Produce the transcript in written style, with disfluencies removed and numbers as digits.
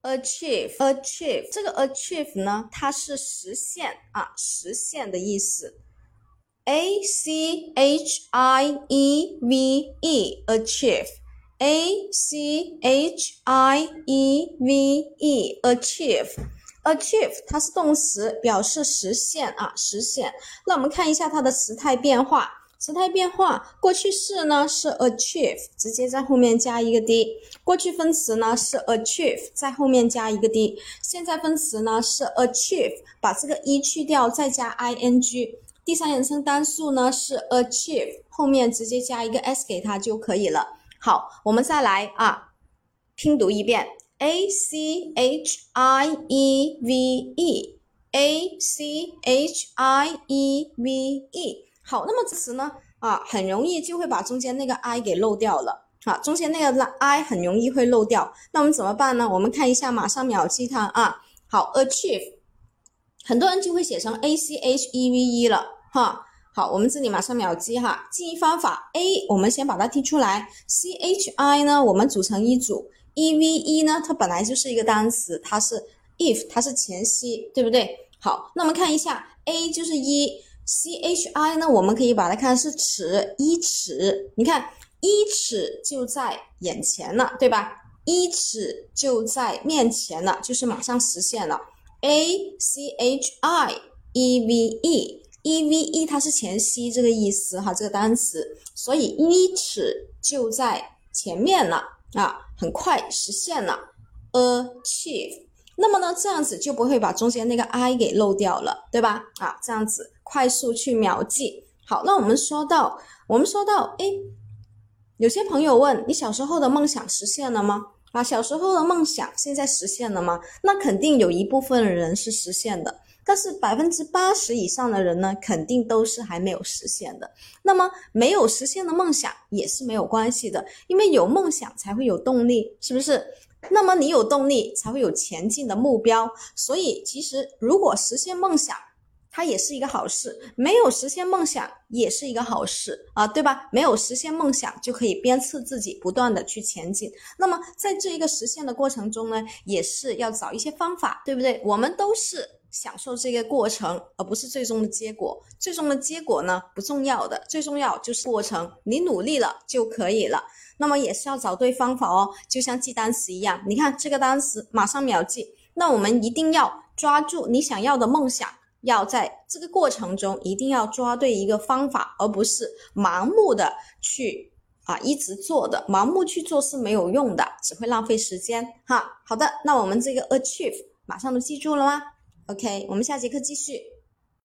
achieve 这个 achieve 呢，它是实现啊，实现的意思。achieve achieve achieve 它是动词，表示实现啊，实现。那我们看一下它的时态变化。时态变化，过去式呢是 achieve， 直接在后面加一个 d。过去分词呢是 achieve， 在后面加一个 d。现在分词呢是 achieve， 把这个 e 去掉，再加 ing。第三人称单数呢是 achieve， 后面直接加一个 s 给它就可以了。好，我们再来啊，拼读一遍 achieve achieve。好，那么这词呢很容易就会把中间那个 i 给漏掉了啊，中间那个 i 很容易会漏掉。那我们怎么办呢？我们看一下马上秒记它啊。好 achieve 很多人就会写成 achieve 了哈。好，我们这里马上秒记哈。记忆方法 A 我们先把它剔出来， chi 呢我们组成一组， eve 呢它本来就是一个单词，它是 if 它是前析，对不对？好，那我们看一下 A 就是一，chi 呢，我们可以把它看是尺，一尺，你看一尺就在眼前了，对吧？一尺就在面前了，就是马上实现了。achieve eve 它是前析这个意思哈，这个单词，所以一尺就在前面了啊，很快实现了 achieve。那么呢，这样子就不会把中间那个 i 给漏掉了，对吧？啊，这样子快速去秒记。好，那我们说到，有些朋友问，你小时候的梦想实现了吗？啊，小时候的梦想现在实现了吗？那肯定有一部分人是实现的，但是80%以上的人呢，肯定都是还没有实现的。那么没有实现的梦想也是没有关系的，因为有梦想才会有动力，是不是？那么你有动力才会有前进的目标，所以其实如果实现梦想它也是一个好事，没有实现梦想也是一个好事啊，对吧？没有实现梦想就可以鞭策自己不断的去前进。那么在这一个实现的过程中呢，也是要找一些方法，对不对？我们都是享受这个过程，而不是最终的结果。最终的结果呢不重要的，最重要就是过程，你努力了就可以了。那么也是要找对方法哦，就像记单词一样，你看这个单词马上秒记，那我们一定要抓住你想要的梦想，要在这个过程中一定要抓对一个方法，而不是盲目的去一直做的，盲目去做是没有用的，只会浪费时间哈。好的，那我们这个 achieve 马上都记住了吗？ OK， 我们下节课继续。